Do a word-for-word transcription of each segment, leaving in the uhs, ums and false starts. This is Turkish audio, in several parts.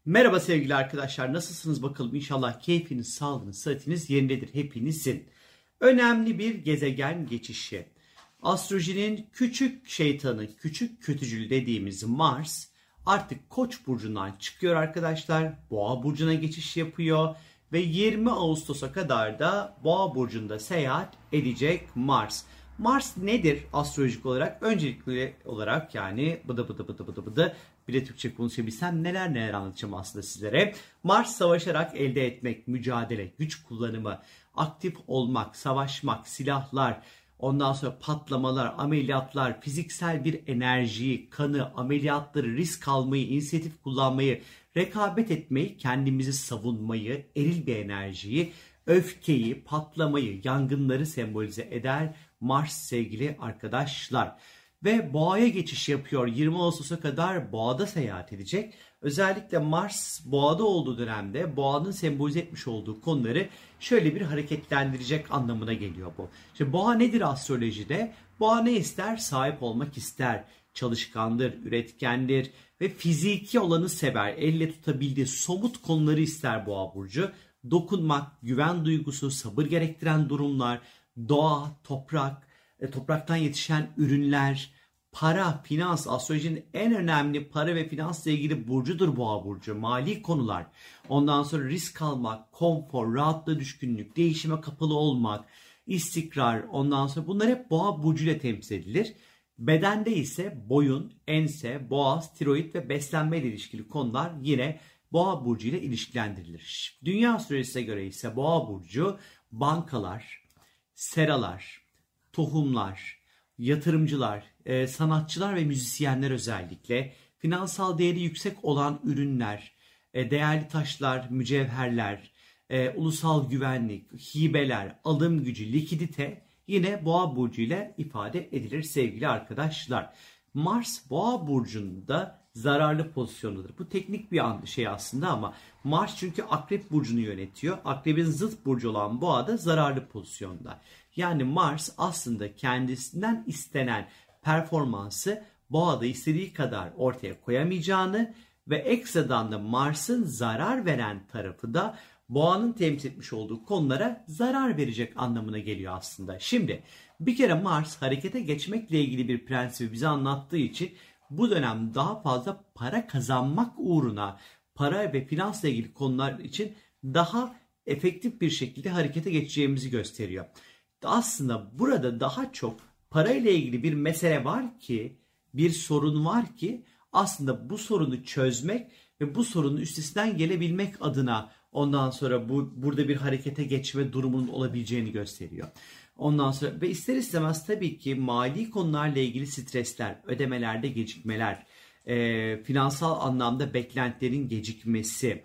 Merhaba sevgili arkadaşlar, nasılsınız bakalım? İnşallah keyfiniz, sağlığınız, sıhhatiniz yerindedir hepinizin. Önemli bir gezegen geçişi. Astrolojinin küçük şeytanı, küçük kötücül dediğimiz Mars artık Koç burcundan çıkıyor arkadaşlar. Boğa burcuna geçiş yapıyor ve yirmi Ağustos'a kadar da Boğa burcunda seyahat edecek Mars. Mars nedir astrolojik olarak? Öncelikli olarak yani bıdı bıdı bıdı bıdı bıdı bir de Türkçe konuşabilsem neler neler anlatacağım aslında sizlere. Mars savaşarak elde etmek, mücadele, güç kullanımı, aktif olmak, savaşmak, silahlar, ondan sonra patlamalar, ameliyatlar, fiziksel bir enerjiyi, kanı, ameliyatları, risk almayı, inisiyatif kullanmayı, rekabet etmeyi, kendimizi savunmayı, eril bir enerjiyi, öfkeyi, patlamayı, yangınları sembolize eder Mars sevgili arkadaşlar. Ve Boğa'ya geçiş yapıyor. yirmi Ağustos'a kadar Boğa'da seyahat edecek. Özellikle Mars Boğa'da olduğu dönemde Boğa'nın sembolize etmiş olduğu konuları şöyle bir hareketlendirecek anlamına geliyor bu. İşte Boğa nedir astrolojide? Boğa ne ister? Sahip olmak ister. Çalışkandır, üretkendir ve fiziki olanı sever. Elle tutabildiği somut konuları ister Boğa burcu. Dokunmak, güven duygusu, sabır gerektiren durumlar, doğa, toprak, topraktan yetişen ürünler, para, finans, astrolojinin en önemli para ve finansla ilgili burcudur Boğa burcu. Mali konular. Ondan sonra risk almak, konfor, rahatlığa düşkünlük, değişime kapalı olmak, istikrar, ondan sonra bunlar hep Boğa burcuyla temsil edilir. Bedende ise boyun, ense, boğaz, tiroid ve beslenme ile ilişkili konular yine Boğa burcu ile ilişkilendirilir. Dünya astrolojisine göre ise Boğa burcu bankalar, seralar, tohumlar, yatırımcılar, e, sanatçılar ve müzisyenler özellikle finansal değeri yüksek olan ürünler, e, değerli taşlar, mücevherler, e, ulusal güvenlik, hibeler, alım gücü, likidite yine Boğa burcu ile ifade edilir sevgili arkadaşlar. Mars Boğa burcunda zararlı pozisyondadır. Bu teknik bir şey aslında ama Mars çünkü Akrep burcunu yönetiyor. Akrebin zıt burcu olan Boğa da zararlı pozisyonda. Yani Mars aslında kendisinden istenen performansı Boğa'da istediği kadar ortaya koyamayacağını ve ekstradan da Mars'ın zarar veren tarafı da Boğa'nın temsil etmiş olduğu konulara zarar verecek anlamına geliyor aslında. Şimdi bir kere Mars harekete geçmekle ilgili bir prensibi bize anlattığı için bu dönem daha fazla para kazanmak uğruna para ve finansla ilgili konular için daha efektif bir şekilde harekete geçeceğimizi gösteriyor. Aslında burada daha çok parayla ilgili bir mesele var ki, bir sorun var ki aslında bu sorunu çözmek ve bu sorunun üstesinden gelebilmek adına ondan sonra bu burada bir harekete geçme durumunun olabileceğini gösteriyor. Ondan sonra ve ister istemez tabii ki mali konularla ilgili stresler, ödemelerde gecikmeler, e, finansal anlamda beklentilerin gecikmesi,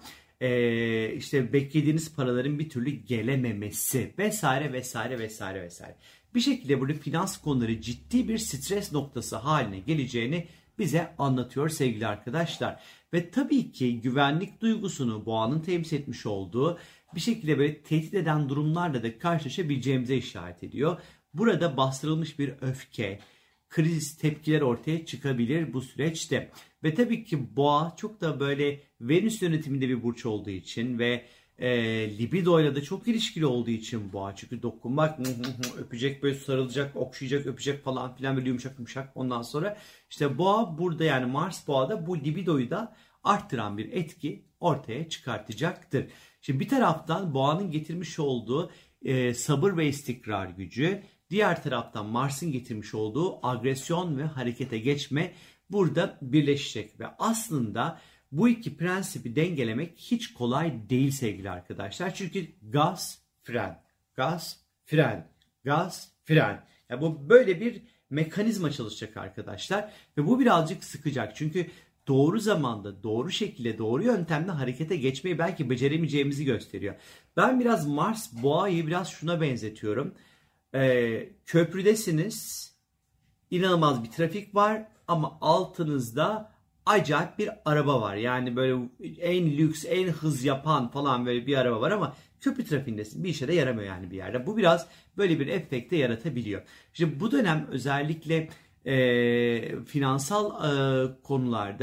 e, işte beklediğiniz paraların bir türlü gelememesi vesaire vesaire vesaire vesaire. Bir şekilde burada finans konuları ciddi bir stres noktası haline geleceğini bize anlatıyor sevgili arkadaşlar. Ve tabii ki güvenlik duygusunu Boğa'nın temsil etmiş olduğu bir şekilde böyle tehdit eden durumlarla da karşılaşabileceğimize işaret ediyor. Burada bastırılmış bir öfke, kriz, tepkiler ortaya çıkabilir bu süreçte. Ve tabii ki Boğa çok da böyle Venüs yönetiminde bir burç olduğu için ve e, libidoyla da çok ilişkili olduğu için Boğa. Çünkü dokunmak, öpecek, böyle sarılacak, okşayacak, öpecek falan filan böyle yumuşak yumuşak. Ondan sonra işte Boğa burada, yani Mars Boğa'da bu libidoyu da arttıran bir etki ortaya çıkartacaktır. Şimdi bir taraftan Boğa'nın getirmiş olduğu e, sabır ve istikrar gücü, diğer taraftan Mars'ın getirmiş olduğu agresyon ve harekete geçme burada birleşecek ve aslında bu iki prensibi dengelemek hiç kolay değil sevgili arkadaşlar. Çünkü gaz, fren, gaz, fren, gaz, fren. Yani bu böyle bir mekanizma çalışacak arkadaşlar ve bu birazcık sıkacak. Çünkü doğru zamanda, doğru şekilde, doğru yöntemle harekete geçmeyi belki beceremeyeceğimizi gösteriyor. Ben biraz Mars Boğa'yı biraz şuna benzetiyorum. Ee, köprüdesiniz, inanılmaz bir trafik var ama altınızda acayip bir araba var. Yani böyle en lüks, en hız yapan falan böyle bir araba var ama köprü trafiğindesin. Bir işe de yaramıyor yani bir yerde. Bu biraz böyle bir efekte yaratabiliyor. İşte bu dönem özellikle e, finansal e, konularda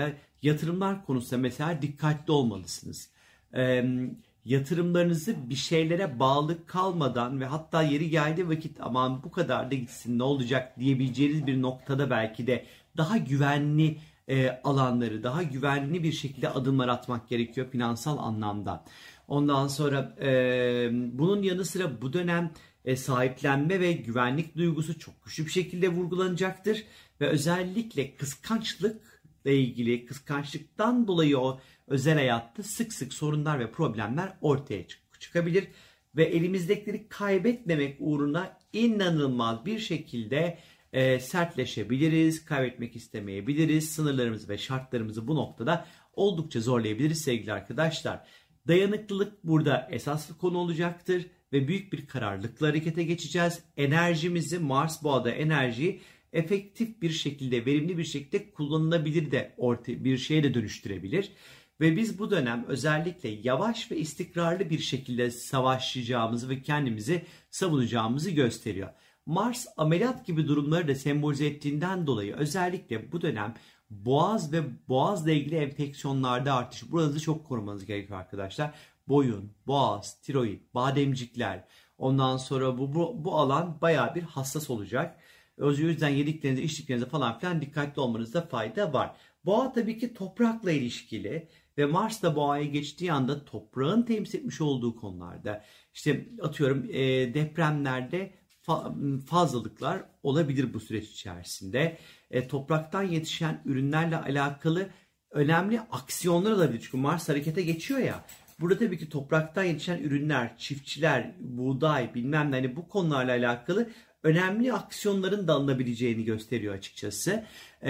Yatırımlar konusunda mesela dikkatli olmalısınız. Ee, yatırımlarınızı bir şeylere bağlı kalmadan ve hatta yeri geldiği vakit aman bu kadar da gitsin ne olacak diyebileceğiniz bir noktada belki de daha güvenli e, alanları, daha güvenli bir şekilde adımlar atmak gerekiyor finansal anlamda. Ondan sonra e, bunun yanı sıra bu dönem e, sahiplenme ve güvenlik duygusu çok güçlü bir şekilde vurgulanacaktır. Ve özellikle kıskançlıkla ilgili, kıskançlıktan dolayı o özel hayatta sık sık sorunlar ve problemler ortaya çık- çıkabilir. Ve elimizdekileri kaybetmemek uğruna inanılmaz bir şekilde e, sertleşebiliriz, kaybetmek istemeyebiliriz. Sınırlarımızı ve şartlarımızı bu noktada oldukça zorlayabiliriz sevgili arkadaşlar. Dayanıklılık burada esaslı konu olacaktır ve büyük bir kararlılıkla harekete geçeceğiz. Enerjimizi, Mars Boğa'da enerjiyi efektif bir şekilde, verimli bir şekilde kullanılabilir de ortaya bir şeye de dönüştürebilir. Ve biz bu dönem özellikle yavaş ve istikrarlı bir şekilde savaşacağımızı ve kendimizi savunacağımızı gösteriyor. Mars ameliyat gibi durumları da sembolize ettiğinden dolayı özellikle bu dönem boğaz ve boğazla ilgili enfeksiyonlarda artış. Buranızı çok korumanız gerekiyor arkadaşlar. Boyun, boğaz, tiroid, bademcikler. Ondan sonra bu, bu, bu alan bayağı bir hassas olacak. O yüzden yediklerinize, içtiklerinize falan filan dikkatli olmanızda fayda var. Boğa tabii ki toprakla ilişkili ve Mars da Boğa'ya geçtiği anda toprağın temsil etmiş olduğu konularda işte atıyorum e, depremlerde fa- fazlalıklar olabilir bu süreç içerisinde. E, topraktan yetişen ürünlerle alakalı önemli aksiyonlar olabilir. Çünkü Mars harekete geçiyor ya. Burada tabii ki topraktan yetişen ürünler, çiftçiler, buğday bilmem ne hani bu konularla alakalı önemli aksiyonların da alınabileceğini gösteriyor açıkçası.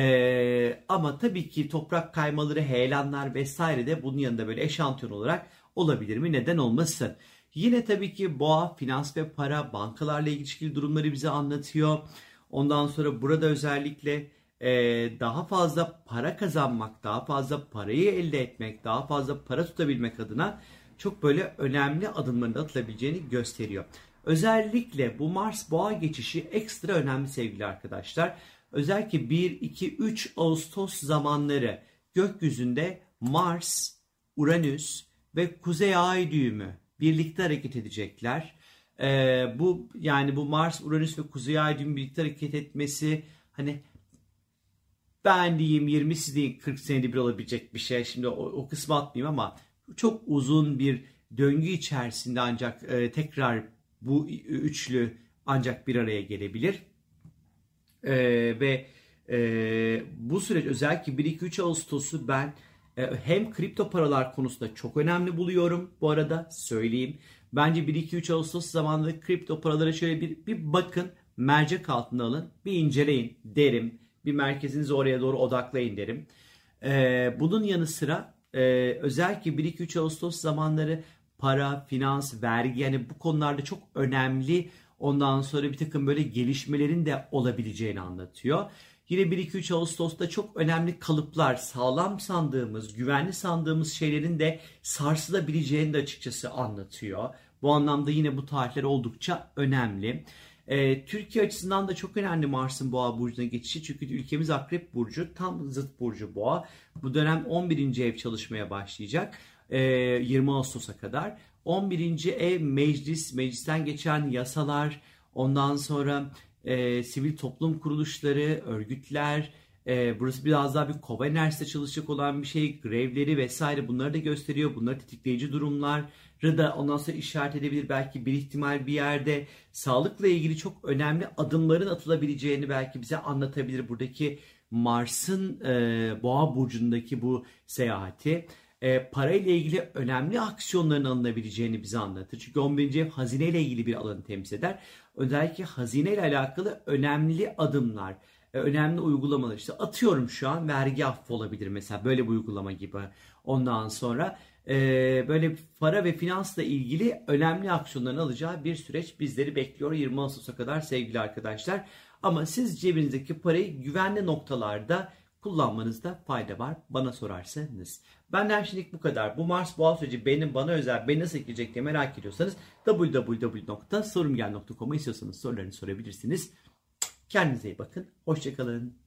Ee, ama tabii ki toprak kaymaları, heyelanlar vesaire de bunun yanında böyle eşantiyon olarak olabilir mi? Neden olmasın? Yine tabii ki boğa, finans ve para, bankalarla ilişkili durumları bize anlatıyor. Ondan sonra burada özellikle e, daha fazla para kazanmak, daha fazla parayı elde etmek, daha fazla para tutabilmek adına çok böyle önemli adımların atılabileceğini gösteriyor. Özellikle bu Mars Boğa geçişi ekstra önemli sevgili arkadaşlar. Özellikle bir, iki, üç Ağustos zamanları gökyüzünde Mars, Uranüs ve Kuzey Ay düğümü birlikte hareket edecekler. Ee, bu yani bu Mars, Uranüs ve Kuzey Ay düğümü birlikte hareket etmesi hani ben diyeyim yirmi siz deyin kırk senede bir olabilecek bir şey. Şimdi o, o kısmı atmayayım ama çok uzun bir döngü içerisinde ancak e, tekrar bu üçlü ancak bir araya gelebilir. Ee, ve e, bu süreç özellikle bir iki üç Ağustos'u ben e, hem kripto paralar konusunda çok önemli buluyorum. Bu arada söyleyeyim. Bence bir iki üç Ağustos zamanında kripto paralara şöyle bir, bir bakın. Mercek altına alın. Bir inceleyin derim. Bir merkezinizi oraya doğru odaklayın derim. Ee, bunun yanı sıra e, özellikle bir iki üç Ağustos zamanları para, finans, vergi yani bu konularda çok önemli. Ondan sonra bir takım böyle gelişmelerin de olabileceğini anlatıyor. Yine bir iki üç Ağustos'ta çok önemli kalıplar, sağlam sandığımız, güvenli sandığımız şeylerin de sarsılabileceğini de açıkçası anlatıyor. Bu anlamda yine bu tarihler oldukça önemli. Ee, Türkiye açısından da çok önemli Mars'ın Boğa burcuna geçişi. Çünkü ülkemiz Akrep burcu, tam zıt burcu Boğa. Bu dönem on birinci ev çalışmaya başlayacak. Ee, yirmi Ağustos'a kadar. on birinci ev meclis, meclisten geçen yasalar, ondan sonra e, sivil toplum kuruluşları, örgütler, e, burası biraz daha bir kova enerjisinde çalışacak olan bir şey, grevleri vesaire bunları da gösteriyor. Bunları tetikleyici durumları da ondan sonra işaret edebilir. Belki bir ihtimal bir yerde sağlıkla ilgili çok önemli adımların atılabileceğini belki bize anlatabilir. Buradaki Mars'ın e, Boğa burcundaki bu seyahati. E, parayla ilgili önemli aksiyonların alınabileceğini bize anlatır. Çünkü on birinci ev hazineyle ilgili bir alanı temsil eder. Özellikle hazineyle alakalı önemli adımlar, e, önemli uygulamalar. İşte atıyorum şu an vergi affı olabilir mesela böyle bir uygulama gibi. Ondan sonra e, böyle para ve finansla ilgili önemli aksiyonların alacağı bir süreç bizleri bekliyor yirmi Ağustos'a kadar sevgili arkadaşlar. Ama siz cebinizdeki parayı güvenli noktalarda kullanmanızda fayda var bana sorarsanız. Benden şimdilik bu kadar. Bu Mars Boğa süreci benim bana özel, beni nasıl etkileyecek diye merak ediyorsanız w w w nokta sorumgel nokta com'a istiyorsanız sorularını sorabilirsiniz. Kendinize iyi bakın. Hoşçakalın.